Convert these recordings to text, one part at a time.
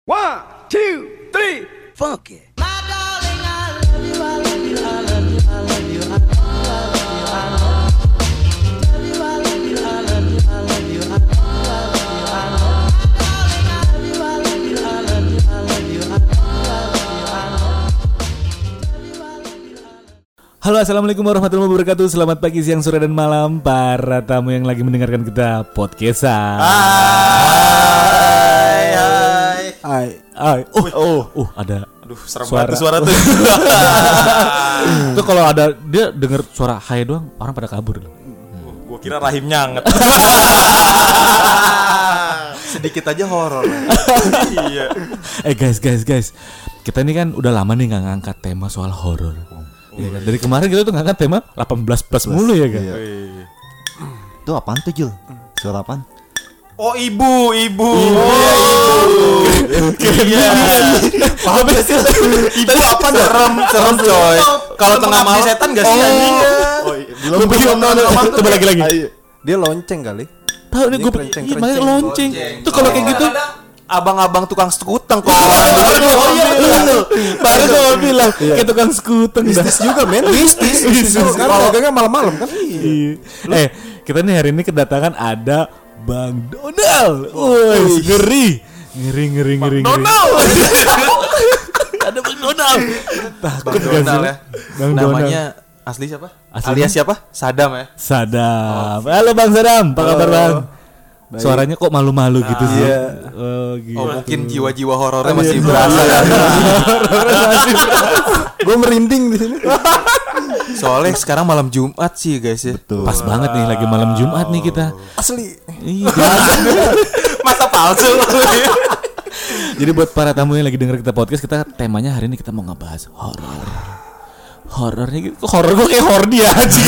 1, 2, 3, funky. My darling, I love you, I love you, I love you, I love you, I love you, I love you, I love you, I love you, I love you, I love you, I love you, I love you, I love you, I love you, I love you, Halo, assalamualaikum warahmatullahi wabarakatuh. Selamat pagi, siang, sore, dan malam para tamu yang lagi mendengarkan kita podcastan. Hai. Ada. Aduh, serem banget suara tuh. Itu kalau ada dia denger suara hai doang, orang pada kabur. Gua kira rahimnya anget. Sedikit aja horor. Iya. Guys. Kita ini kan udah lama nih nggak ngangkat tema soal horor. Ya kan? Dari kemarin kita tuh ngangkat tema 18+ mulu ya kan. Iya. Itu apaan tuh, Jul? Suara apaan? Oh, ibu. Iya. Ibu apa serem coy. Kalau tengah malam setan enggak sih anjing? Oh, iya. Gue pikir coba lagi. Dia lonceng kali. Tahu nih gue Kerenceng. makanya lonceng. Tuh kalau kayak gitu Abang-abang tukang skuteng kok. baru gue bilang kayak tukang skuteng. Bisnis juga, men. Bisnis. Sekarang dagangnya malam-malam kan? Iya. Kita nih hari ini kedatangan ada Bang Donald. Woi, ngeri. Donald. Ada Bang Donald. Takut gak sih? Ya. Bang Namanya asli siapa? Aslinya? Alias siapa? Sadam ya. Sadam. Halo Bang Sadam, apa kabar Bang? Baik. Suaranya kok malu-malu gitu sih. Iya. Gitu. Oh, mungkin jiwa-jiwa horornya masih berasa ya. Gue merinding di sini. Soalnya sekarang malam Jumat sih guys ya. Betul. Pas banget nih lagi malam Jumat nih kita. Asli. Iya. Masa palsu. Jadi buat para tamu yang lagi denger kita podcast, kita temanya hari ini kita mau ngebahas horor. Horornya gitu. Horor gue kayak hordi aja.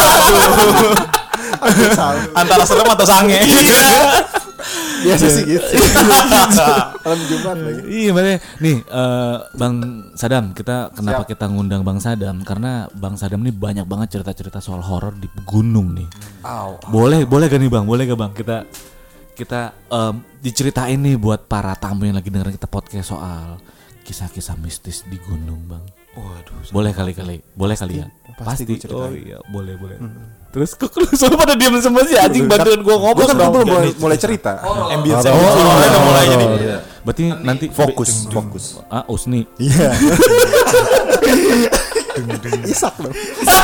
Antara serem atau sange. Biasa sih gitu. Malam Jumat lagi. Iya makanya nih Bang Sadam, kenapa kita ngundang Bang Sadam? Karena Bang Sadam nih banyak banget cerita-cerita soal horor di gunung nih. Boleh gak nih Bang? Boleh gak Bang? Kita diceritain nih buat para tamu yang lagi dengerin kita podcast soal kisah-kisah mistis di gunung Bang. Waduh. Boleh kali ya. Pasti. Oh iya, boleh. Terus kok lu semua pada diam semua sih anjing, bantuin gua ngobrol. Gue kan belum mulai cerita. Ambience udah mulai jadi. Berarti nanti Fokus. Usni. Iya. Isak dong.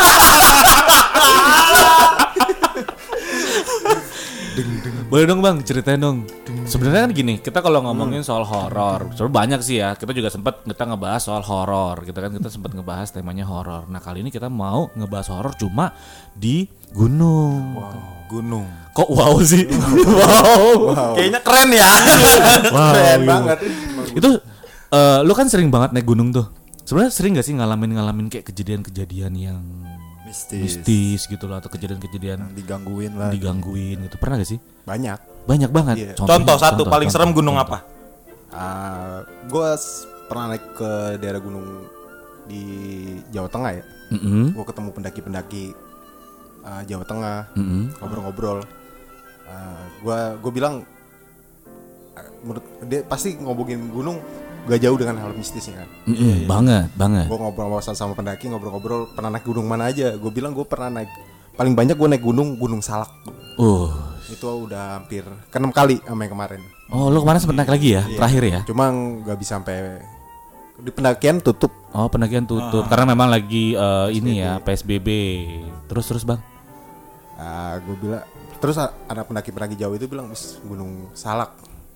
Boleh dong Bang, ceritain dong. Sebenarnya kan gini, kita kalau ngomongin soal horor, sebenarnya banyak sih ya. Kita juga sempat ngebahas soal horor. Kita sempat ngebahas temanya horor. Nah, kali ini kita mau ngebahas horor cuma di gunung. Gunung. Kok wow sih? Wow. Kayaknya keren ya. Keren banget. Itu lu kan sering banget naik gunung tuh. Sebenarnya sering gak sih ngalamin kayak kejadian-kejadian yang mistis gitu loh, atau kejadian-kejadian digangguin gitu. Pernah gak sih? Banyak banget. Iya. Contoh satu paling serem gunung apa? Gue pernah naik ke daerah gunung di Jawa Tengah ya. Gue ketemu pendaki-pendaki Jawa Tengah, ngobrol-ngobrol. Gue bilang, menurut dia pasti ngomongin gunung gak jauh dengan hal mistisnya kan. Banget. Gue ngobrol sama pendaki, ngobrol-ngobrol pernah naik gunung mana aja. Gue bilang gue pernah naik, paling banyak gue naik Gunung Salak. Itu udah hampir ke-6 kali sama yang kemarin. Oh, lu kemarin sempet naik lagi ya? Terakhir ya? Cuma gak bisa sampai di pendakian tutup. Oh, pendakian tutup karena memang lagi ini ya PSBB. Terus Bang. Gue bilang, terus ada pendaki-pendaki jauh itu bilang Gunung Salak.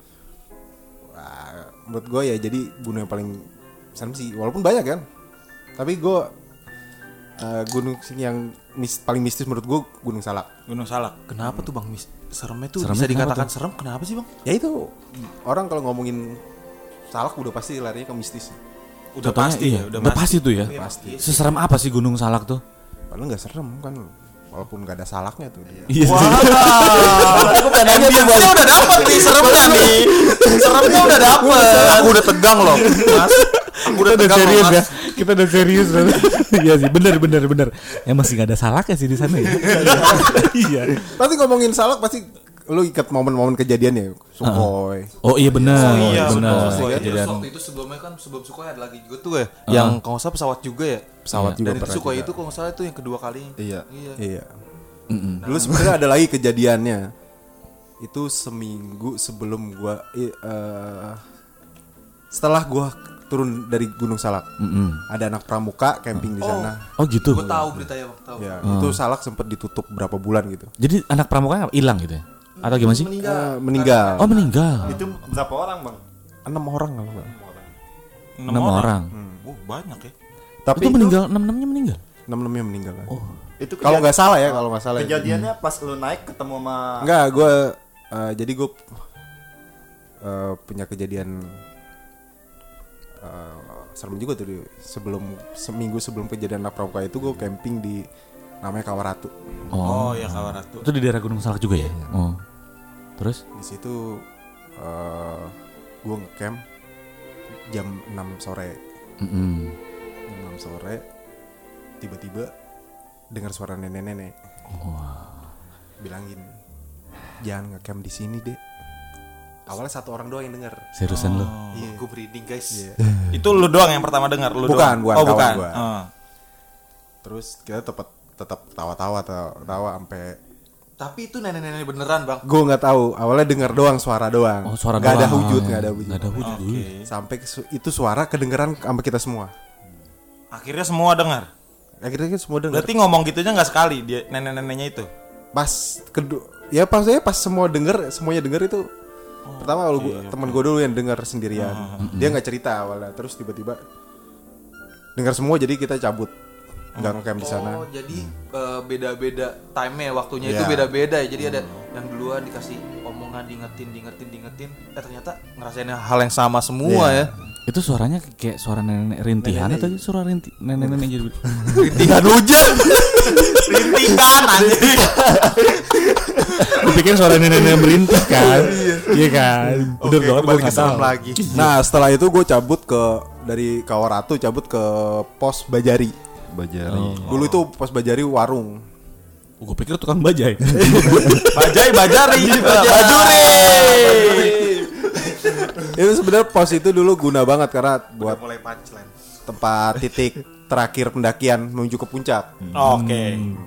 Menurut gue ya jadi gunung yang paling serem sih, walaupun banyak kan. Tapi gue gunung yang paling mistis menurut gue Gunung Salak. Gunung Salak. Kenapa tuh Bang? Seremnya tuh Seremnya bisa dikatakan tuh? serem. Kenapa sih Bang? Ya itu orang kalau ngomongin Salak udah pasti larinya ke mistis. Udah Contohnya, pasti iya, ya, udah pasti tuh ya. Pasti. Seserem apa sih Gunung Salak tuh? Padahal nggak serem kan, walaupun nggak ada salaknya tuh. Iya. Ambience udah dapet nih seremnya nih. Seremnya udah dapet. Aku udah tegang loh, Mas. Aku udah tegang serius loh, ya. Mas. Kita udah serius. Iya sih, benar. Ya masih nggak ada salaknya sih di sana ya. Iya. Pasti ngomongin Salak pasti lu ikat momen-momen kejadiannya Sukhoi. Oh iya benar. Iya benar. benar. Kejadian. Waktu itu sebelumnya kan sebelum Sukhoi ada lagi juga tuh ya. Yang kalau nggak salah pesawat juga ya. Pesawat juga Dan itu pernah Sukhoi juga. itu kalau nggak salah itu yang kedua kali. Iya. Dulu sebenarnya ada lagi kejadiannya. Itu seminggu sebelum gua setelah gua turun dari Gunung Salak. Ada anak pramuka camping di sana. Oh gitu. Gue tahu beritanya Bang, tahu. Ya, itu Salak sempat ditutup berapa bulan gitu. Jadi anak pramuka hilang gitu ya? Atau gimana sih? Meninggal. Oh meninggal. Itu berapa orang bang? 6 orang kalau nggak. 6 orang. Banyak ya. Tapi Itu meninggal, 6-6-nya meninggal. 6-6-nya meninggal. itu Kalau nggak salah ya, kalau nggak salah. Ya. kejadiannya pas lu naik ketemu sama Enggak, jadi gue punya kejadian serem juga tuh seminggu sebelum kejadian anak pramuka itu gue camping di namanya Kawaratu. Oh ya Kawaratu. Itu di daerah Gunung Salak juga ya? Oh. Terus? Di situ gue ngecamp jam 6 sore. Jam 6 sore tiba-tiba dengar suara nenek-nenek. Bilang gini, jangan ngecamp di sini deh. Awalnya satu orang doang yang denger. Seriusan lu? Iya. Gue breeding guys. Iya. Itu lu doang yang pertama dengar, lu Bukan, doang. bukan, Oh kawan bukan. gua. Oh. Terus kita tetap tawa-tawa sampai Tapi itu nenek-nenek beneran bang. gue nggak tahu. Awalnya denger doang suara doang. Oh suara Nggak ada doang. wujud, nggak ada wujud. Nggak ada wujud. Sampai itu suara kedengeran sampai kita semua. Akhirnya semua dengar. Akhirnya semua denger. Berarti ngomong gitunya nggak sekali dia nenek-neneknya itu. Pas pas semua denger, semuanya denger itu. Pertama kalau teman gue dulu yang denger sendirian. Dia nggak cerita awalnya. Terus tiba-tiba dengar semua, jadi kita cabut. Nggak ngecamp di sana. Oh jadi beda-beda time-nya waktunya itu Iya. beda-beda ya. Jadi ada yang duluan dikasih omongan diingetin. Ternyata ngerasain hal yang sama semua ya. Itu suaranya kayak suara nenek rintihan atau suara nenek-nenek gitu? Rintihan hujan. Rintihan anjing. Pikir suara nenek-nenek merintih kan? Iya kan? Bener banget balik gua ke nggak serem tahu. lagi. Nah setelah itu gue cabut dari Kawaratu cabut ke pos Bajari. Bajari. Dulu itu pos Bajari warung. Gue pikir tukang bajai. Bajari. Itu sebenarnya pos itu dulu guna banget karena buat Mulai punchline. tempat titik terakhir pendakian menuju ke puncak. Oke.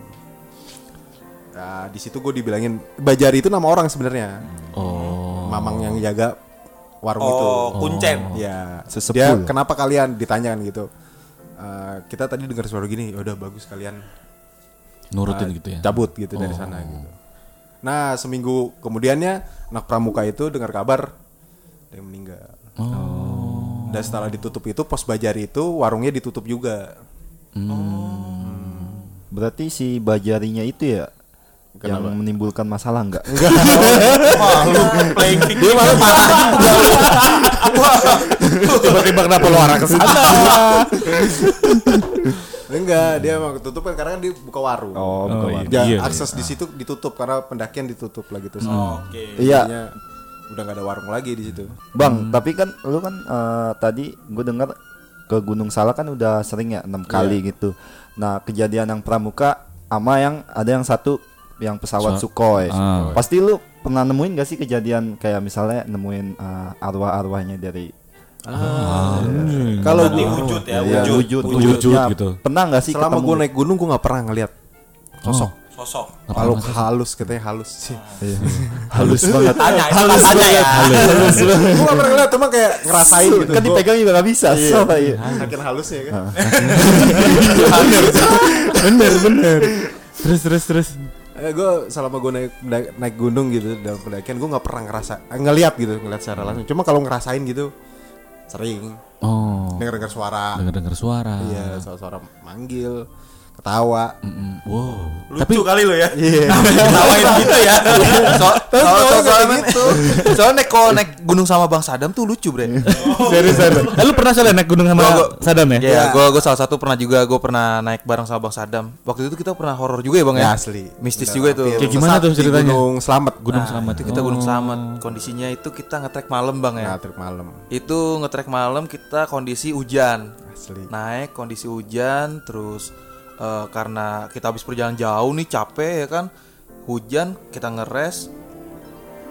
Nah, di situ gue dibilangin Bajari itu nama orang sebenarnya. Oh. Mamang yang jaga warung itu. Oh, kuncen. Ya, Sesepuh dia ya? kenapa kalian ditanyakan gitu? Kita tadi dengar suara gini, ya udah bagus kalian Nurutin gitu ya. cabut gitu dari sana gitu. Nah seminggu kemudiannya anak pramuka itu dengar kabar dia meninggal. Dan setelah ditutup itu pos Bajari itu warungnya ditutup juga. Berarti si Bajarinya itu ya yang menimbulkan masalah enggak? Malu playing victim. Dia malu Tiba-tiba kenapa lu arah ke sana? Enggak, dia emang ketutup kan karena kan dia buka warung. Oh, bukan warung. Iya, Akses di situ ditutup karena pendakian ditutup lagi terus. Oke. Iya. Jadinya udah nggak ada warung lagi di situ. Bang, tapi kan lu kan tadi gue dengar ke Gunung Salak kan udah sering ya 6 kali gitu. Nah, kejadian yang pramuka sama yang ada yang satu yang pesawat Sukhoi. Pasti lu pernah nemuin gak sih kejadian kayak misalnya nemuin arwah-arwahnya dari Kalau Berarti gua wujud ya, ya, wujud. Wujud Ya, gitu. Pernah gak sih selama ketemu? gue naik gunung gue nggak pernah ngeliat sosok. Sosok. Kalau halus katanya halus sih. Halus banget. Tanya, halus aja ya. Gue gak pernah ngeliat, cuma kayak ngerasain gitu. Kan dipegang juga gak bisa. So, iya. Makin halusnya kan. Bener. Terus. Gue selama gue naik gunung gitu dalam pendakian gue nggak pernah ngeliat secara langsung. Cuma kalau ngerasain gitu sering Oh. dengar suara. Dengar suara. Iya, suara manggil, ketawa. Wow. Lucu kali lo ya. Iya. Ketawain gitu ya. Soalnya gitu. Soalnya kalau naik gunung sama Bang Sadam tuh lucu, Bre. Serius. Lu pernah soalnya naik gunung sama Sadam ya? Ya, gue salah satu pernah juga, gue pernah naik bareng sama Bang Sadam. Waktu itu kita pernah horor juga ya Bang ya? Ya asli. Mistis Bener, juga itu. hampir Kayak gimana sesat tuh di ceritanya? Gunung Slamet. Gunung Nah, Slamet. itu kita Gunung Slamet. Kondisinya itu kita ngetrek malam Bang ya. Nah, trip malam. Itu ngetrek malam kita kondisi hujan. Asli. Naik kondisi hujan terus karena kita habis perjalanan jauh nih capek ya kan. Hujan kita ngeres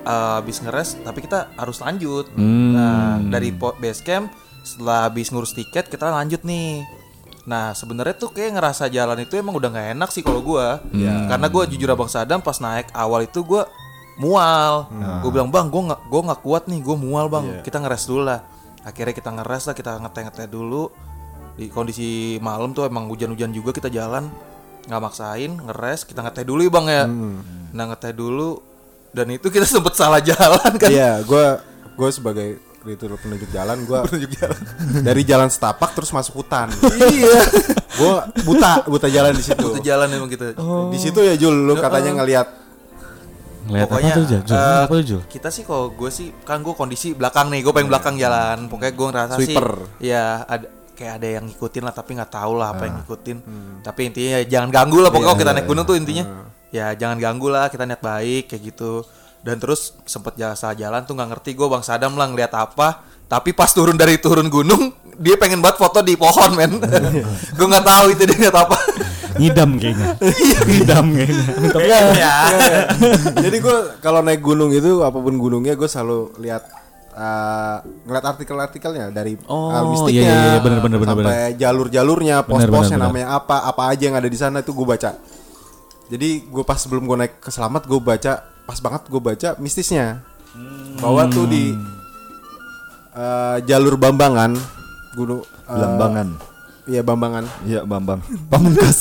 habis ngeres tapi kita harus lanjut. Nah, dari base camp setelah habis ngurus tiket kita lanjut nih. Nah, sebenarnya tuh kayak ngerasa jalan itu emang udah nggak enak sih kalau gua. Karena gua jujur Abang Sadam pas naik awal itu gua mual. Gua bilang, "Bang, gua nggak kuat nih, gua mual, Bang. Kita ngeres dulu lah." Akhirnya kita ngeres lah, kita ngeteh dulu. Di kondisi malam tuh emang hujan-hujan juga kita jalan. Nggak maksain, ngeres, kita ngeteh dulu ya Bang ya. Nah, ngeteh dulu dan itu kita sempet salah jalan kan. Iya, gue sebagai itu penunjuk jalan, dari jalan setapak terus masuk hutan. Iya. Gue buta jalan di situ. Buta jalan emang kita. Di situ ya Jul, lu katanya ngelihat. Ngeliat Pokoknya apa tuh Jul? Apa tuh Jul? kita sih kalau gue sih kan gue kondisi belakang nih, gue pengen belakang jalan. Pokoknya gue ngerasa Sweeper. sih ya ada yang ngikutin lah tapi nggak tahu lah apa yang ngikutin. Tapi intinya ya, jangan ganggu lah pokoknya kalau kita naik gunung tuh intinya. Ya jangan ganggu lah, kita niat baik kayak gitu. Dan terus sempet salah jalan tuh nggak ngerti gue Bang Sadam lah ngeliat apa. Tapi pas turun gunung dia pengen buat foto di pohon men. Gue nggak tahu itu dia ngeliat apa. Ngidam kayaknya. Ngidam kayaknya. Ya. Jadi gue kalau naik gunung itu apapun gunungnya gue selalu lihat ngeliat artikel-artikelnya dari mistiknya, iya, bener, sampai jalur-jalurnya, Bener, pos-posnya bener. namanya apa aja yang ada di sana itu gue baca. Jadi gue pas sebelum gue naik ke Selamat gue baca, pas banget gue baca mistisnya bahwa tuh di jalur Bambangan gunung Belambangan. Iya Bambangan. Iya, Bambang. Pamungkas.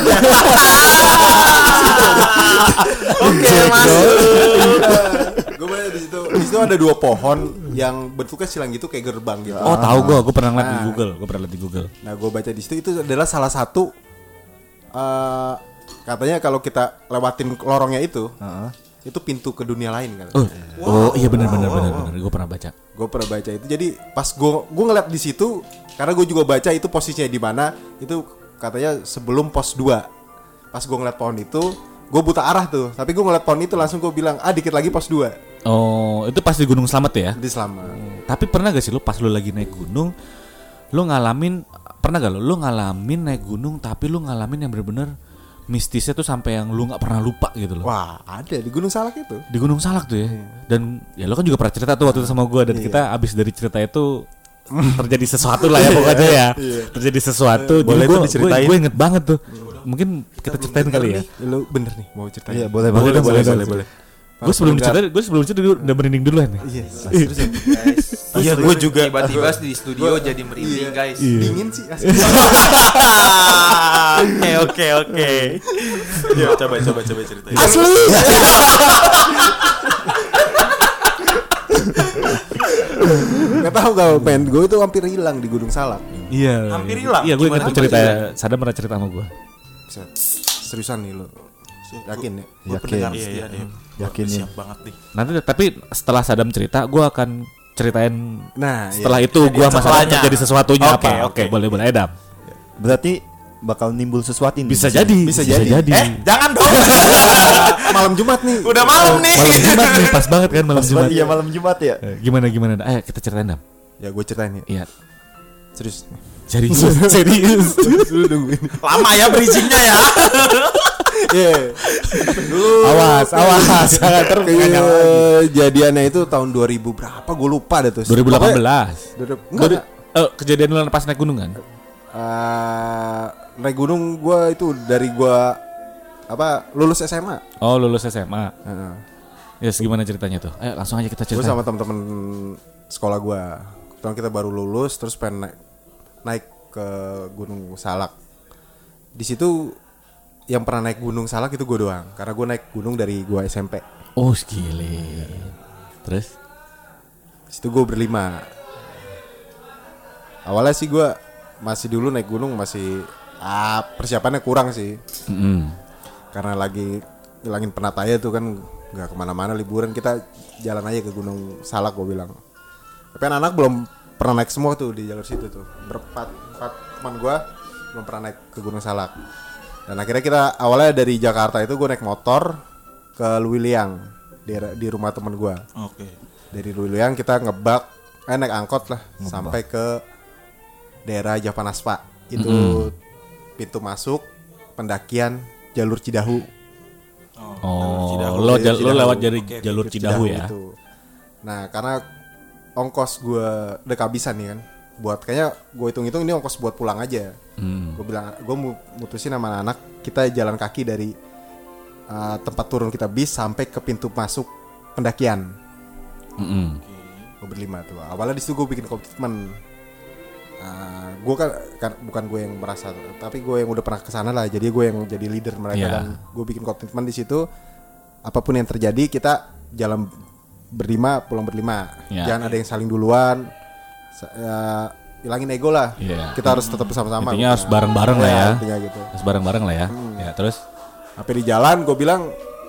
Oke masuk. Gue baca di situ ada 2 pohon yang bentuknya silang gitu kayak gerbang gitu. Oh tahu gue pernah liat di Google. Nah, gue baca di situ itu adalah salah satu katanya kalau kita lewatin lorongnya itu pintu ke dunia lain kan. Oh iya benar. Gue pernah baca. Gue pernah baca itu. Jadi pas gue ngeliat di situ karena gue juga baca itu posisinya di mana, itu katanya sebelum pos 2. Pas gue ngeliat pohon itu, gue buta arah tuh. Tapi gue ngeliat pohon itu langsung gue bilang, dikit lagi pos 2. Oh itu pas di Gunung Slamet ya? Di Selamat. Tapi pernah gak sih lu pas lu lagi naik gunung, lu ngalamin naik gunung tapi lu ngalamin yang bener-bener mistisnya tuh sampai yang lu nggak pernah lupa gitu loh? Wah, ada di Gunung Salak itu. Di Gunung Salak tuh ya. Dan ya lu kan juga pernah cerita tuh waktu itu sama gue, dan kita abis dari cerita itu terjadi sesuatu lah ya pokoknya ya. Terjadi sesuatu. Boleh Jadi tuh diceritain. gue inget banget tuh. Mungkin kita ceritain kali ya. Lu bener nih mau ceritain? Iya, boleh. Boleh. Gue sebelum cerita udah merinding duluan nih. Iya. Iya gue juga. Tiba-tiba di studio jadi merinding guys. Dingin sih. Oke. Ya, coba ceritain. Asli. Gak tahu kalau band gue itu hampir hilang di Gunung Salak. Iya. Hampir hilang. Iya gue inget Gimana tuh cerita. Sadam pernah cerita sama gue. Seriusan nih lo. Yakin ya? Yakin. Iya nih. Yakin ya. Siap banget nih. Nanti tapi setelah Sadam cerita, gue akan ceritain. Nah, Setelah itu gue masalah setelahnya. terjadi sesuatunya Oke, apa? oke. Boleh Adam. Berarti bakal nimbul sesuatu nih. Bisa jadi. Jangan dong. malam Jumat nih. Udah malam nih. Malam Jumat nih, pas banget kan malam Jumat. Iya, malam Jumat ya. Gimana? Ayo kita ceritain Dam. Ya gue ceritain ya. Iya. Serius. Serius. Lu nungguin. Lama ya bridgingnya ya. Iya. Awas. Jangan terus. Kejadiannya itu tahun 2000 berapa? Gue lupa deh tuh. 2018. Enggak. Kejadian lu pas naik gunung kan? Naik gunung gue itu dari gue lulus SMA. Oh, lulus SMA. Heeh. Yes, gimana ceritanya tuh? Ayo langsung aja kita Gue ceritain. sama teman-teman sekolah gue. Kebetulan kita baru lulus terus pengen naik ke Gunung Salak. Di situ yang pernah naik Gunung Salak itu gue doang. Karena gue naik gunung dari gue SMP. Oh, gile. Terus? Di situ gue berlima. Awalnya sih gue masih dulu naik gunung masih persiapannya kurang sih. Karena lagi ngilangin penat aja tuh kan, nggak kemana-mana liburan, kita jalan aja ke Gunung Salak gue bilang. Tapi anak-anak belum pernah naik semua tuh di jalur situ tuh. Empat teman gue belum pernah naik ke Gunung Salak. Dan akhirnya kita awalnya dari Jakarta itu gue naik motor ke Luwiliang di rumah teman gue. Oke. Dari Luwiliang kita naik angkot lah sampai ke daerah Javanaspa. Itu pintu masuk pendakian jalur Cidahu. Oh, Lo Cidahu. lewat dari jalur Cidahu ya. Itu. Nah karena ongkos gue udah kehabisan nih kan, buat kayaknya gue hitung-hitung ini ongkos buat pulang aja. Gue bilang, gue mutusin sama anak kita jalan kaki dari tempat turun kita bis sampai ke pintu masuk pendakian. Gue berlima tuh. Awalnya di situ gue bikin komitmen. Gue kan bukan gue yang merasa, tapi gue yang udah pernah kesana lah. Jadi gue yang jadi leader mereka dan gue bikin komitmen di situ. Apapun yang terjadi kita jalan berlima, pulang berlima. Jangan ada yang saling duluan. Hilangin ego lah. Kita harus tetap bersama-sama. Intinya harus bareng-bareng lah ya. Intinya gitu. Harus bareng-bareng lah ya. Ya terus. Sampai di jalan gue bilang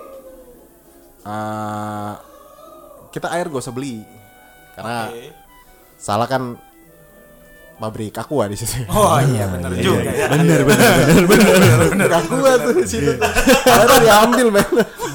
kita air gak usah beli karena salah kan pabrik Aqua di situ. Oh iya benar juga ya. Bener Aqua tuh di situ. Airnya diambil men.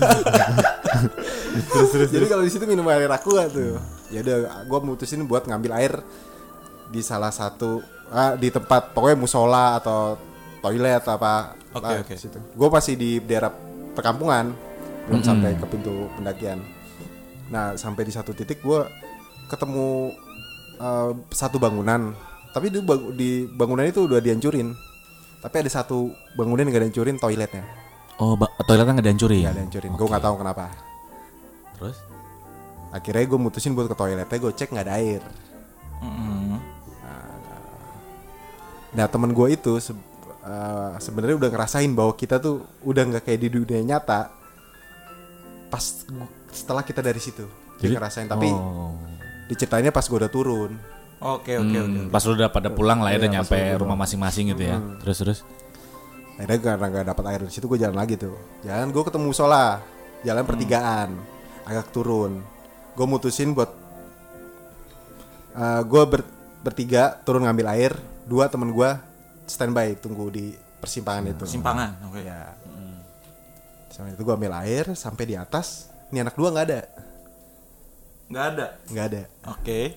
terus. Jadi kalau di situ minum air Aqua tuh. Ya udah gue mutusin buat ngambil air di salah satu di tempat pokoknya musola atau toilet apa. Oke. Situ. Gue masih di daerah perkampungan belum sampai ke pintu pendakian. Nah sampai di satu titik gue ketemu satu bangunan, tapi di bangunan itu udah dihancurin. Tapi ada satu bangunan yang gak dihancurin, toiletnya. Oh, toiletnya nggak dihancurin? Gak dihancurin, gue gak tahu kenapa. Terus? Akhirnya gue mutusin buat ke toiletnya, gue cek gak ada air. Nah temen gue itu sebenarnya udah ngerasain bahwa kita tuh udah nggak kayak di dunia nyata. Pas setelah kita dari situ, dia ngerasain. Tapi diceritainnya pas gue udah turun. Oke. Pas lu udah pada pulang lah ya, udah nyampe rumah masing-masing gitu ya. Terus. Akhirnya karena gak dapat air di situ, gue jalan lagi tuh. Jalan gue ketemu musola, jalan pertigaan, agak turun. Gue mutusin buat gue bertiga turun ngambil air. 2 temen gue standby tunggu di persimpangan itu. Persimpangan, oke. Ya. Sampai itu gue ambil air sampai di atas. Ini anak 2 nggak ada. Nggak ada. Oke.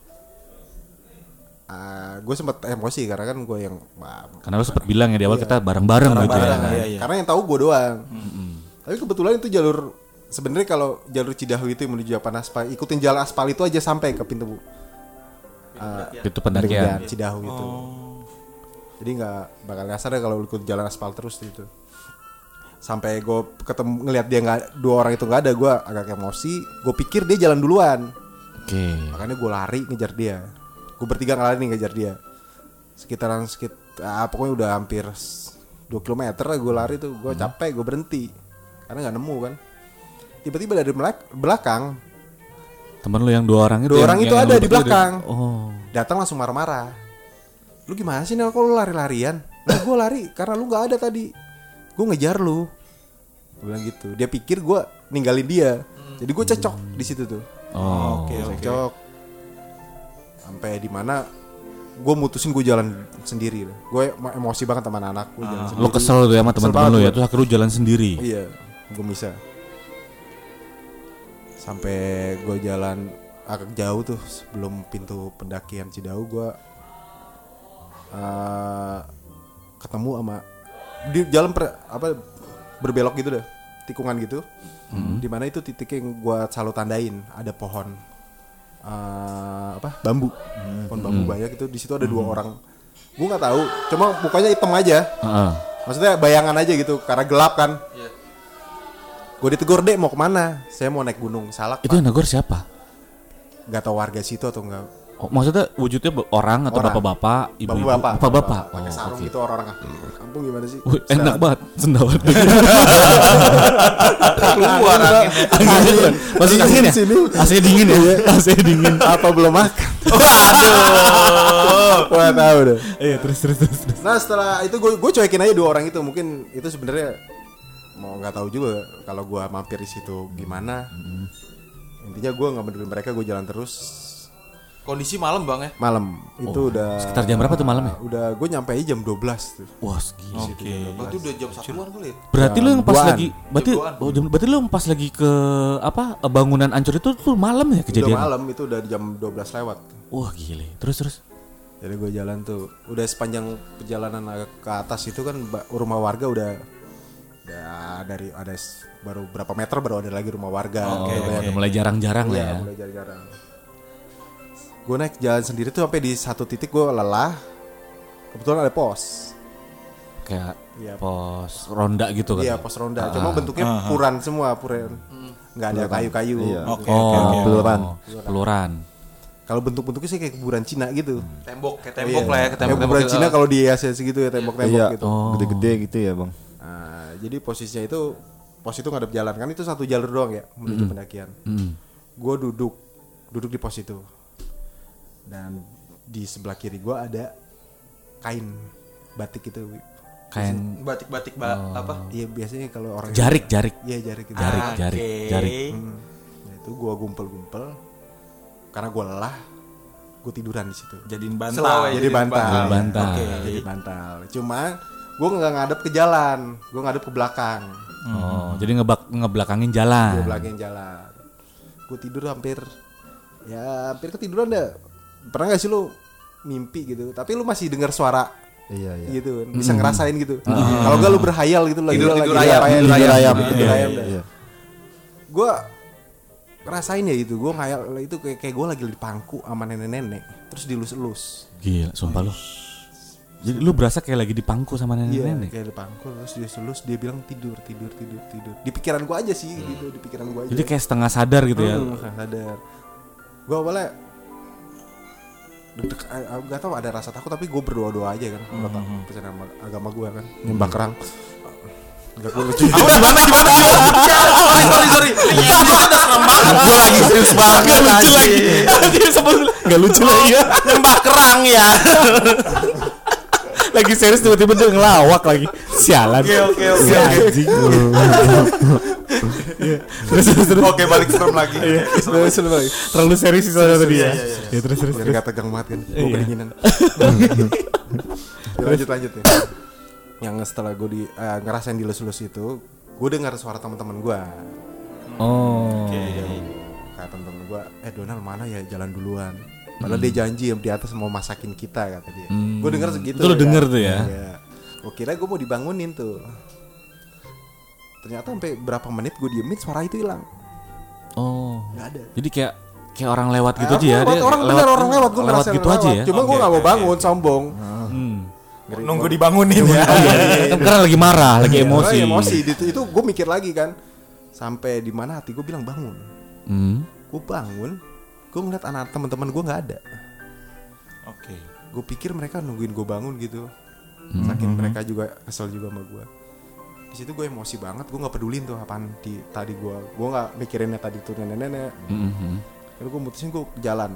Gue sempet emosi karena kan gue yang Karena lu sempet bilang ya di awal kita bareng-bareng gitu ya. Iya. Karena yang tahu gue doang. Tapi kebetulan itu jalur sebenarnya kalau jalur Cidahu itu yang menuju Japan Aspal, ikutin jalan aspal itu aja sampai ke pintu Itu pendakian. Cidahu itu. Jadi nggak bakal nyasar deh kalau ikut jalan aspal terus gitu. Sampai gue ketemu ngelihat dia nggak, 2 orang itu nggak ada, gue agak emosi. Gue pikir dia jalan duluan. Oke. Makanya gue lari ngejar dia. Gue bertiga lari nih ngejar dia. Sekitaran pokoknya udah hampir 2 kilometer lah gue lari tuh. Gue capek, gue berhenti karena nggak nemu kan. Tiba-tiba dari belakang Temen lu yang 2 orang itu. 2 orang itu ada di belakang. Datang langsung marah-marah. Lu gimana sih nih kalau lu lari-larian? Nah gue lari karena lu nggak ada tadi. Gue ngejar lu. Gue bilang gitu. Dia pikir gue ninggalin dia. Jadi gue cocok di situ tuh. Oke. Cocok. Sampai di mana gue mutusin gue jalan sendiri. Gue emosi banget sama anak gue jalan sendiri. Lu kesel tuh ya sama teman-teman lu ya, terus akhirnya lu jalan sendiri. Iya, gue bisa. Sampai gue jalan agak jauh tuh sebelum pintu pendakian Cidahu, gue ketemu sama di jalan berbelok gitu deh, tikungan gitu. Di mana itu titik yang gue selalu tandain, ada pohon bambu, pohon bambu banyak itu. Di situ ada 2 orang, gue nggak tahu, cuma mukanya hitam aja. Maksudnya bayangan aja gitu, karena gelap kan. Gue ditegur, "Dek, mau kemana?" "Saya mau naik gunung Salak." Itu yang negor siapa? Gak tahu warga situ atau enggak. Oh, maksudnya wujudnya orang atau Orang. bapak-bapak, ibu-ibu? Bapak-bapak. Oh, Pakai sarung oke. gitu orang-orang kampung gimana sih? Wih, enak banget, sendawan. Keluar anginnya. Masuk angin ya? Sini. AC-nya dingin ya? AC-nya dingin. Apa belum makan? Waduh. Gua tahu deh. Iya, terus. Nah setelah itu gue cuekin aja 2 orang itu. Mungkin itu sebenarnya mau nggak tahu juga kalau gue mampir di situ gimana. Intinya gue nggak peduli mereka, gue jalan terus. Kondisi malam bang ya? Malam itu udah Sekitar jam berapa tuh malam ya? Udah gue nyampe aja jam 12 tuh. Wah, gila. Berarti udah jam 1-an kali ya? Berarti lu yang pas 2-an. lagi berarti lu yang pas lagi ke bangunan hancur itu tuh malam ya Udah kejadian? malam itu udah jam 12 lewat. Wah, gile. Terus. Jadi gue jalan tuh, udah sepanjang perjalanan agak ke atas itu kan rumah warga udah Dari baru berapa meter baru ada lagi rumah warga. Udah mulai jarang-jarang lah ya. Mulai jarang. Gue naik jalan sendiri tuh sampai di satu titik gue lelah. Kebetulan ada pos. Kayak Iya. pos ronda gitu kan. Iya, pos ronda. Cuma bentuknya puran semua, puran. Nggak ada kayu-kayu. Iya. Peluran. Kalau bentuk-bentuknya sih kayak kuburan Cina gitu. Kayak tembok lah ya, Kayak kuburan Cina kalau di Asia segitu ya, tembok-tembok Iya, gitu. gede-gede gitu ya bang. Nah, jadi posisinya itu pos itu ngadep jalan kan, itu satu jalur doang ya menuju pendakian. Gue duduk di pos itu, dan di sebelah kiri gue ada kain batik itu. Kain batik-batik apa? Iya biasanya kalau orang jarik. Iya jarik itu. Jarik. Nah, itu gue gumpel-gumpel karena gue lelah, gue tiduran di situ. Jadiin bantal. Jadi bantal. Bantal. Jadi bantal. Cuma gue nggak ngadep ke jalan, gue ngadep ke belakang. Jadi ngebelakangin jalan. Gue belakangin jalan. Gue tidur hampir ketiduran dah. Pernah nggak sih lu mimpi gitu, tapi lu masih dengar suara Iya. gitu, bisa ngerasain gitu. Kalau nggak lu berhayal gitu lagi Tidur ayam. Iya. Gue ngerasain ya itu, gue ngayal itu kayak gue lagi dipangku sama nenek-nenek, terus dilus-elus. Gila, sumpah lu. Jadi lu berasa kayak lagi dipangku sama Iya, nenek-nenek. kayak dipangku terus dilus-elus, dia bilang tidur. Di pikiran gue aja sih gitu, di pikiran gue aja. Jadi kayak setengah sadar gitu ya. Sadar. Gue awalnya gak tau ada rasa takut, tapi gue berdoa-doa aja kan. Gue tau percaya sama agama gue kan, nyembah kerang. Enggak, gue lucu. Sorry. Udah serem banget. Gue lagi serius banget. Gak lucu lagi. Gak lucu lagi ya. Nyembah kerang ya. Lagi serius tiba-tiba dia ngelawak lagi. Sialan. Oke. Si anjing. Terus. Oke, balik serem lagi. Terlalu serius sih soalnya tadi ya. Ya terus. Biar gak tegang banget kan, gue kedinginan. Lanjut nih. Yang setelah gue ngerasain dilus-lus itu, gue dengar suara teman-teman gue. Oh. Kata teman-teman gue, Donald mana ya, jalan duluan. Padahal dia janji di atas mau masakin kita, kata dia. Gue dengar segitu. Itu lo denger tuh ya? Iya. Gue kira gue mau dibangunin tuh. Ternyata sampai berapa menit gue diemin, suara itu hilang. Oh. Gak ada. Jadi kayak orang lewat gitu aja ya. Dia Orang lewat, gue lewat ngerasain gitu aja ya. Cuma gue gak mau bangun, sombong. Nunggu dibangunin ya. Kan karena lagi marah, lagi emosi. Emosi. Itu gue mikir lagi kan. Sampai di mana hati gue bilang bangun. Gue bangun, gue ngeliat anak teman-teman gue nggak ada. Oke. Gue pikir mereka nungguin gue bangun gitu. Saking mereka juga kesel juga sama gue. Di situ gue emosi banget, gue nggak pedulin tuh apaan tadi gue nggak mikirinnya tadi tuh nenek-nenek. Lalu gue mutusin gue jalan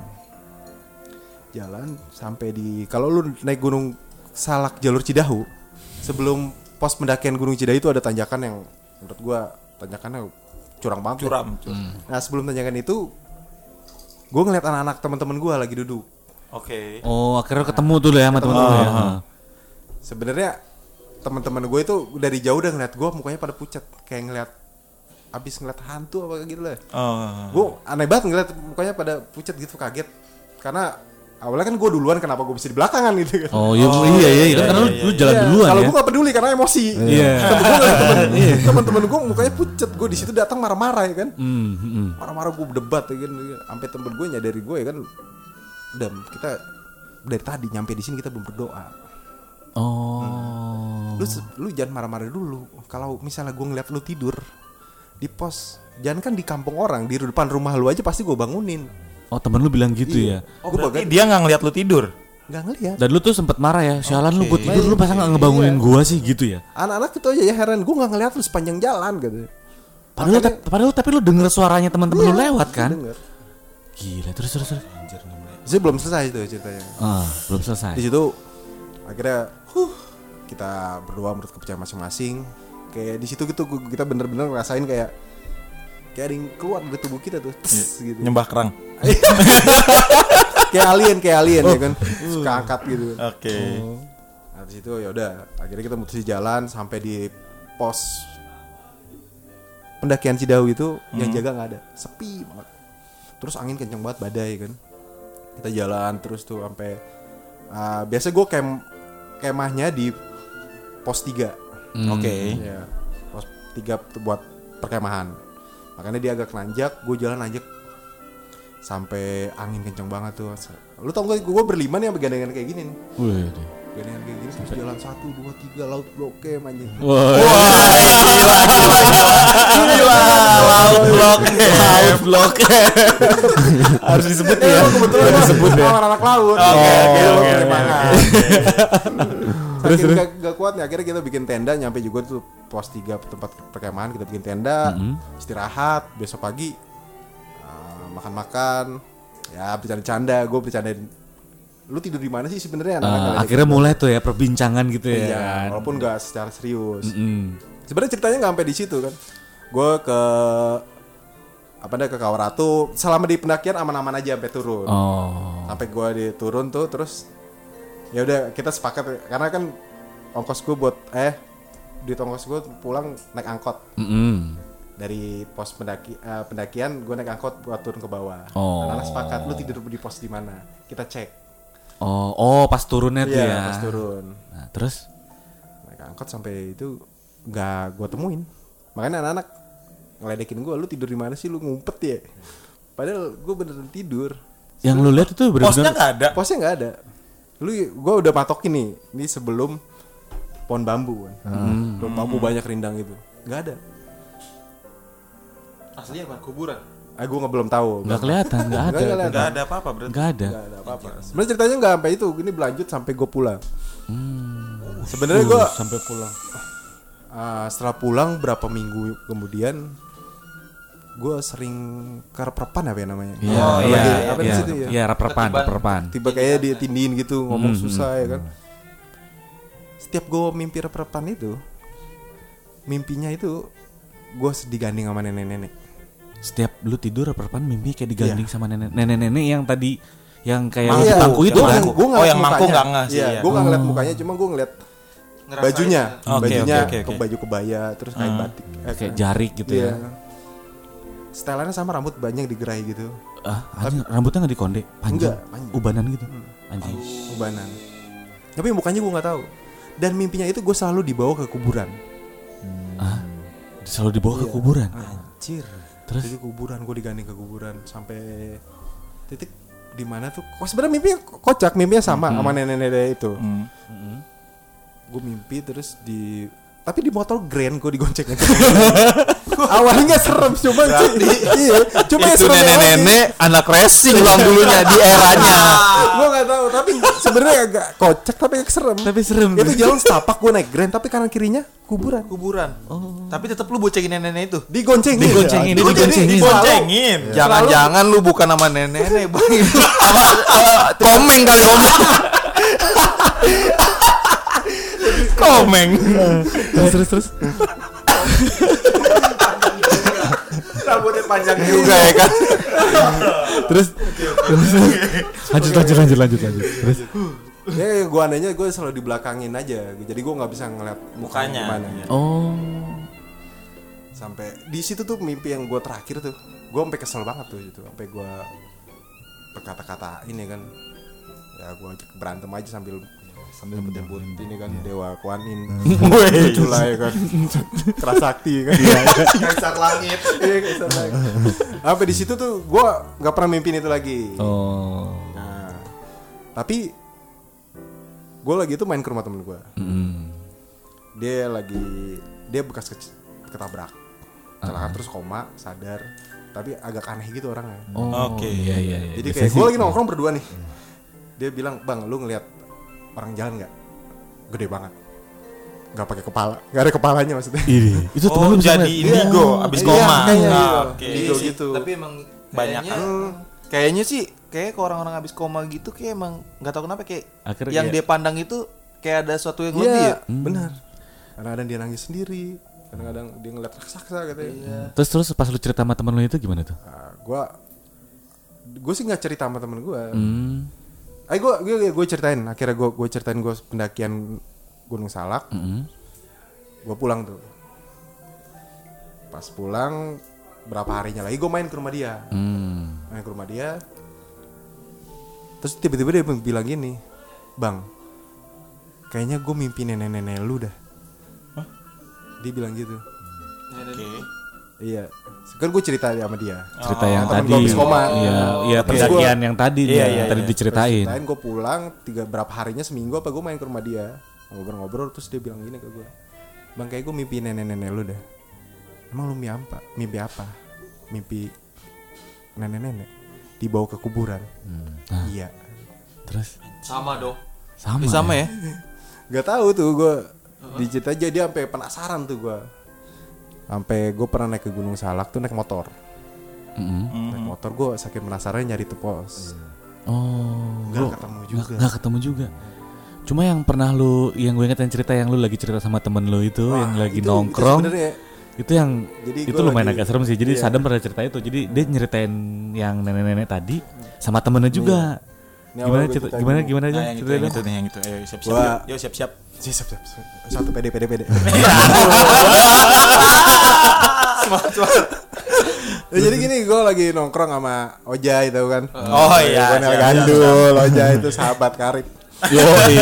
sampai di, kalau lu naik gunung Salak jalur Cidahu, sebelum pos pendakian Gunung Cidahu itu ada tanjakan yang menurut gue tanjakannya curang banget. Curam. Nah sebelum tanjakan itu, gue ngeliat anak-anak teman-teman gue lagi duduk. Oke. Oh, akhirnya ketemu tuh ya sama teman-teman ya. Sebenarnya teman-teman gue itu dari jauh udah ngeliat gue mukanya pada pucat, kayak abis ngeliat hantu apa gitu lah. Gue aneh banget ngeliat mukanya pada pucat gitu, kaget. Karena awalnya kan gue duluan, kenapa gue bisa di belakangan gitu kan. Oh iya kan karena lu jalan duluan Kalau ya. gue gak peduli karena emosi. Iya. Teman-teman gue mukanya pucat, gue di situ datang marah-marah ya kan. Marah-marah gue berdebat ya kan. Sampai temen gue nyadari gue ya kan. Udah, kita dari tadi nyampe di sini kita belum berdoa. Lu jangan marah-marah dulu. Kalau misalnya gue ngeliat lu tidur di pos, jangan kan di kampung orang, di depan rumah lu aja pasti gue bangunin. Oh, temen lu bilang gitu ya. Oh, berarti dia nggak ngeliat lu tidur. Nggak ngeliat. Dan lu tuh sempet marah ya. Sialan lu buat tidur, lu masa nggak ngebangunin gua sih gitu ya. Anak-anak itu aja ya heran, gue nggak ngeliat lu sepanjang jalan gitu. Padahal tapi lu denger suaranya teman-teman lu lewat kan? Denger. Gila, terus. Jadi belum selesai itu ceritanya. Belum selesai. Di situ akhirnya kita berdoa menurut kepercayaan masing-masing. Kayak di situ gitu kita bener-bener ngerasain kayak ada yang keluar dari tubuh kita tuh, gitu. Nyembah kerang. kayak alien ya kan, suka angkat gitu. Oke. Nah di situ ya udah, akhirnya kita mutusin jalan sampai di pos pendakian Cidahu itu, yang jaga nggak ada, sepi banget. Terus angin kenceng banget, badai kan. Kita jalan terus tuh sampai biasa gue kemahnya di pos 3. Oke. Ya, pos buat perkemahan. Makanya dia agak nanjak, gue jalan nanjak sampai angin kenceng banget tuh. Lu tau gak gue berlima nih sampai gandengan kayak gini nih. Wih. Gandengan kayak gini terus jalan 1, 2, 3 laut Blok M anjing. Laut blok. Harus disebut ya. Kebetulan disebut ya. Anak laut. Oke. Terus gak kuat nih akhirnya kita bikin tenda, nyampe juga tuh pos 3 tempat perkemahan, kita bikin tenda, istirahat, besok pagi makan-makan, ya bercanda-canda, gue bercandain lu tidur di mana sih sebenarnya anak-anak. Akhirnya mulai tuh ya perbincangan gitu ya. Iya, Kan? walaupun gak secara serius. Sebenarnya ceritanya nggak sampai di situ kan. Gue ke ke Kawaratu, selama di pendakian aman-aman aja sampai turun. Sampai gue turun tuh terus ya udah kita sepakat karena kan ongkos gue buat duit ongkos gue pulang naik angkot. Dari pos pendakian gue naik angkot buat turun ke bawah. Anak sepakat lu tidur di pos di mana? Kita cek. Pas turunnya tuh Iya, ya. pas turun. Nah, terus Naik angkot sampai itu gak gue temuin. Makanya anak-anak ngeledekin gue, lu tidur di mana sih, lu ngumpet ya? Padahal gue beneran tidur. yang lu lihat itu Posnya benar-benar nggak ada. Posnya nggak ada. Gue udah patokin nih, ini sebelum pohon bambu kan. Pohon bambu banyak rindang itu, nggak ada. Aslinya apa? Kuburan. Gue belum tahu. nggak kelihatan, nggak ada. Nggak ada apa-apa berarti. Nggak ada. Nggak ada apa-apa. Sebenarnya ceritanya nggak sampai itu. Ini berlanjut sampai gue pulang. Sebenarnya gue Sampai pulang. setelah pulang berapa minggu kemudian gue sering ke rep-repan apa ya namanya? Apa di situ ya? Iya, rep-repan. Tiba kayak ditindihin gitu, ngomong susah ya kan. Setiap gue mimpi rep-repan itu, mimpinya itu gue digandeng sama nenek-nenek. Setiap lu tidur rep-repan mimpi kayak digandeng sama nenek-nenek yang tadi yang kayak Iya, di pangku itu kan. yang mangku nggak nggak sih, Iya, ya. gue nggak ngeliat mukanya, cuma gue ngeliat Ngerasain. bajunya, Oke, bajunya oke. ke baju kebaya, terus kain batik, Kayak jarik gitu iya. ya. Stylernya sama, rambut banyak digerai gitu, Anjing, rambutnya nggak dikonde, panjang, Enggak, panjang. ubanan gitu. Anjing. ubanan. Tapi mukanya gue nggak tahu. Dan mimpinya itu gue selalu dibawa ke kuburan. Selalu dibawa ke kuburan. Anjir. Terus? Jadi kuburan, gue digandeng ke kuburan sampai titik di mana tuh? Kok sebenarnya mimpinya kocak, mimpinya sama sama nenek-nenek itu. Gue mimpi terus tapi di motor Grand gue digonceng. Awalnya serem cuma iya, cuma Itu serem nenek-nenek anak racing bang dulunya di eranya. Gue nggak tahu, tapi sebenarnya agak kocak tapi agak serem. Tapi serem. Itu jalan setapak gue naik Grand, tapi kanan kirinya kuburan. Tapi tetap lu bocengin nenek itu. Digoncengin. Digoncengin, Jadi digoncengin. Boncengin. Jangan-jangan lu bukan nama nenek bang. Komeng kali komeng. Komeng. Terus. rambutnya panjang Juga ya kan. Terus. Lanjut. Terus. Ya gue anehnya gue selalu dibelakangin aja, jadi gue nggak bisa ngeliat mukanya gimana. Sampai di situ tuh mimpi yang gue terakhir tuh, gue sampai kesel banget tuh itu, sampai gue berkata-kata ini kan, ya gue berantem aja sambil nyebut ini kan Dewa Kuanin, Cula ya kan, keras sakti kan, Kaisar Langit, Kaisar Langit. Sampai di situ tuh gue nggak pernah mimpin itu lagi. Nah, tapi gue lagi itu main ke rumah temen gue. Dia bekas ketabrak, kecelakaan terus koma, sadar, tapi agak aneh gitu orangnya. Oke. Iya. Jadi kayak gue lagi nongkrong berdua nih, dia bilang, "Bang, lu ngelihat orang jalan nggak? Gede banget, nggak pakai kepala, nggak ada kepalanya maksudnya." Itu temen lu bisa Jadi ngeliat? indigo abis koma. Iya, kayaknya Nah, gitu. oke. Indigo gitu. Tapi emang Banyak kayaknya sih kayak ke orang-orang habis koma gitu kayak emang nggak tahu kenapa kayak Akhirnya yang iya. dia pandang itu kayak ada sesuatu yang lebih Iya, ya. benar. Kadang-kadang dia nangis sendiri, kadang-kadang dia ngeliat raksasa katanya. Terus pas lu cerita sama temen lu itu gimana tuh? Gue sih nggak cerita sama temen gue. Gue ceritain. Akhirnya gue ceritain gue pendakian Gunung Salak. Gue pulang tuh. Pas pulang berapa harinya lagi gue main ke rumah dia. Main ke rumah dia. Terus tiba-tiba dia bilang gini, "Bang, kayaknya gue mimpi nenek-nenek lu dah." Dia bilang gitu. Iya. Kan gue cerita sama dia. Cerita yang temen tadi. gua habis koma. Iya, pendakian yang tadi tadi Terus diceritain. ceritain gue pulang berapa harinya seminggu apa gue main ke rumah dia ngobrol-ngobrol terus dia bilang gini ke gue, bang kayak gue mimpi nenek-nenek lu dah. Emang lu mimpi apa? Mimpi nenek-nenek dibawa ke kuburan. Iya. Terus Sama dong. sama Ya. Gak tahu tuh gue diceritain aja dia sampai penasaran tuh gue. Sampai gue pernah naik ke Gunung Salak tuh naik motor. Naik motor gue saking penasaran nyari tuh pos. Oh, Gak ketemu juga. Nggak ketemu juga. Cuma yang pernah yang gue inget yang cerita yang lu lagi cerita sama temen lu itu yang lagi itu nongkrong. sebenarnya Itu yang Jadi itu gua lumayan lagi- agak serem sih. Jadi iya. Sadam pernah cerita itu. Jadi dia nyeritain yang nenek-nenek tadi sama temennya juga. Ini awal gua ceritain dulu. Gimana aja? Nah, yang itu, Ceritain yang dong. itu nih, yang itu. Ayo siap-siap. Gua- Yuk siap-siap. Siap. Satu pede. Ya, jadi gini gue lagi nongkrong sama Oja itu kan. Oh iya. Gonel siap, Gandul, Oja itu sahabat karib. Yoi.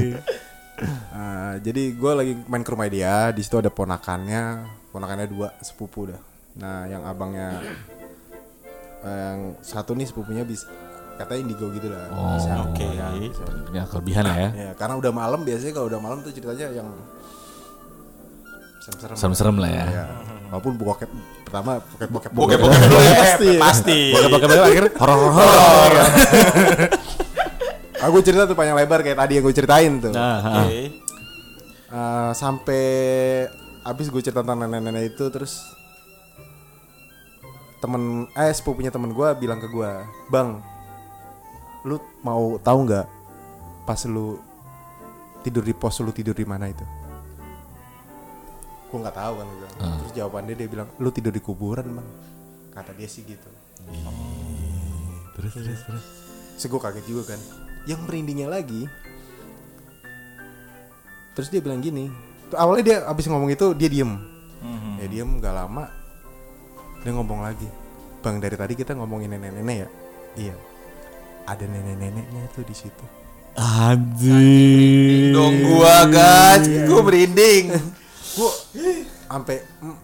Jadi gue lagi main ke rumah dia, di situ ada ponakannya 2 sepupu dah. Nah yang abangnya, yang satu nih sepupunya bisa katanya indigo gitu lah. Bisa, oke. ya, bisa. Ya kelebihan lah ya. Ya, karena udah malam biasanya kalau udah malam tuh ceritanya yang serem-serem. Serem-serem lah ya. Ya. Walaupun bokep pertama bokep dulu ya. Pasti. Bokep-bokep akhirnya horor-horor. Aku cerita tuh panjang lebar kayak tadi yang gue ceritain tuh. Nah, Oke. Sampai abis gue cerita tentang nenek-nenek itu terus sepupunya temen gue bilang ke gue, bang, lu mau tahu nggak pas lu tidur di pos lu tidur di mana itu? Gue nggak tahu kan, gue bilang. Terus jawabannya dia bilang, lu tidur di kuburan bang, kata dia sih gitu. terus. Terus gue kaget juga kan. Yang merindingnya lagi, terus dia bilang gini. Awalnya dia abis ngomong itu dia diem. Ya diem gak lama dia ngomong lagi, bang dari tadi kita ngomongin nenek-nenek ya. Iya. Ada nenek-neneknya tuh di situ. Anjing. Dong gua guys, gua merinding. Gue sampai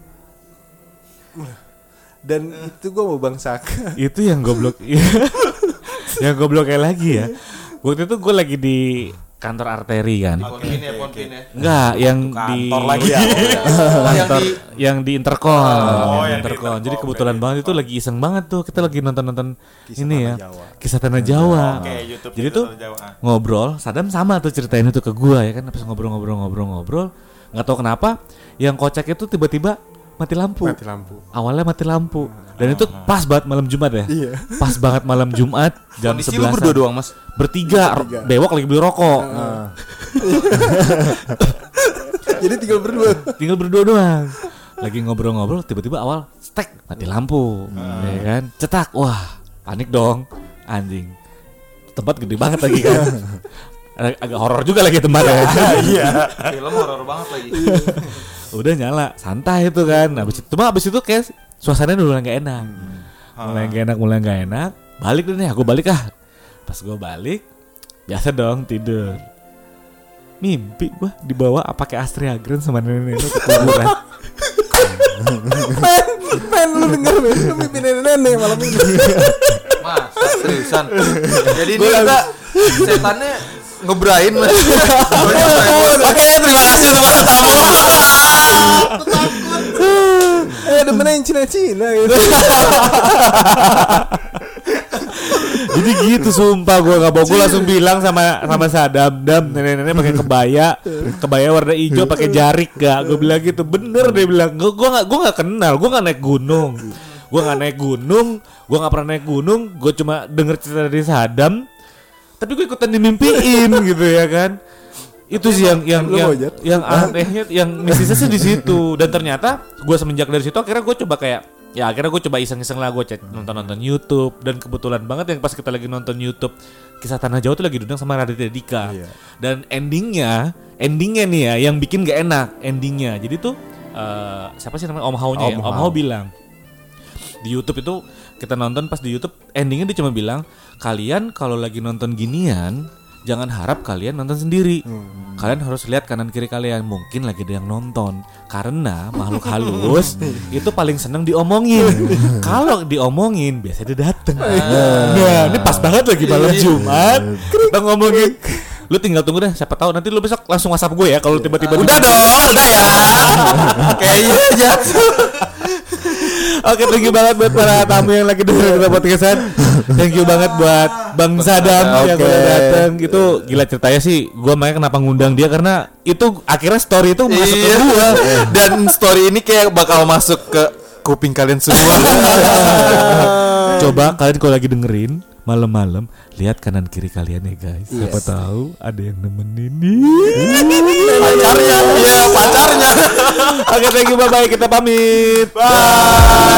dan itu gue mau bang Saka. Itu yang goblok. Yang gobloknya lagi ya. Waktu itu gue lagi di kantor arteri kan. Ponpin ya. Enggak, yang di Kantor lagi ya. kantor yang di Intercom. Oh, yang yang di Intercom. Jadi Intercom, kebetulan oke. banget itu lagi iseng banget tuh. Kita lagi nonton Kisah ini ya. Tanah Jawa. Kisah Tanah Jawa. Oke, YouTube Jadi Kisah tuh Tanah Jawa. ngobrol, Sadam sama tuh ceritain itu ke gua ya kan. Pas ngobrol, nggak tahu kenapa yang kocak itu tiba-tiba mati lampu. Mati lampu. Awalnya mati lampu. Dan itu pas banget malam Jumat ya. Iya. Pas banget malam Jumat jam Kondisi 11. lu berdua doang, Mas. Bertiga. Bewok lagi beli rokok. Jadi tinggal berdua. Tinggal berdua doang. Lagi ngobrol-ngobrol tiba-tiba awal stek mati lampu. Ya kan? Cetak. Wah, panik dong. Anjing. Tempat gede banget lagi kan. Agak horor juga lagi tempatnya. Iya. Film horor banget lagi. Udah nyala, santai itu kan. Abis itu kayak suasananya udah gak enak. Mulai gak enak. Balik deh nih, aku balik ah. Pas gue balik, biasa dong tidur. Mimpi gue dibawa pakai Astrea Grand sama nenek-nenek ke kuburan. Men lu denger men, lu mimpi nenek-nenek malam ini. Mas, seriusan. Jadi ini kita setannya ngebrain Mas. Oke, terima kasih untuk para tamu. Ada mana yang Cina-Cina gitu. Jadi gitu sumpah gue gak bohong. Gue langsung bilang sama Sadam, Dam nenek-nenek pakai kebaya warna hijau pakai jarik gak? Gue bilang gitu. Bener dia bilang. Gue gak kenal. Gue gak naik gunung. Gue gak pernah naik gunung. Gue cuma denger cerita dari Sadam. Tapi gue ikutan dimimpiin gitu ya kan. Itu sih yang anehnya, yang mistisnya sih di situ. Dan ternyata gue semenjak dari situ akhirnya gue coba iseng-iseng lah, gue nonton YouTube. Dan kebetulan banget yang pas kita lagi nonton YouTube Kisah Tanah Jawa tuh lagi diundang sama Raditya Dika. Iya. Dan endingnya nih ya yang bikin gak enak endingnya. Jadi tuh siapa sih namanya Om Hao-nya ya? Om Hao bilang di YouTube itu, kita nonton pas di YouTube endingnya dia cuma bilang, kalian kalau lagi nonton ginian jangan harap kalian nonton sendiri. Kalian harus lihat kanan kiri kalian, mungkin lagi ada yang nonton. Karena makhluk halus itu paling seneng diomongin. Kalau diomongin biasanya dia dateng. Nah, ini pas banget lagi malam Jumat. Kita ngomongin. Lu tinggal tunggu deh, siapa tahu nanti lu besok langsung WhatsApp gue ya kalau tiba-tiba. Udah ya. Kayaknya aja. Oke, thank you banget buat para tamu yang lagi dengerin kita podcastan. Thank you banget buat Bang Sadam yang udah dateng. Itu gila ceritanya sih. Gua makanya kenapa ngundang dia karena itu akhirnya story itu masuk ke gua. Dan story ini kayak bakal masuk ke kuping kalian semua. Coba kalian kalau lagi dengerin malam-malam lihat kanan kiri kalian ya guys. Siapa tahu ada yang nemenin nih. Pacarnya. Iya, pacarnya. Oke, thank you, bye-bye. Kita pamit. Bye.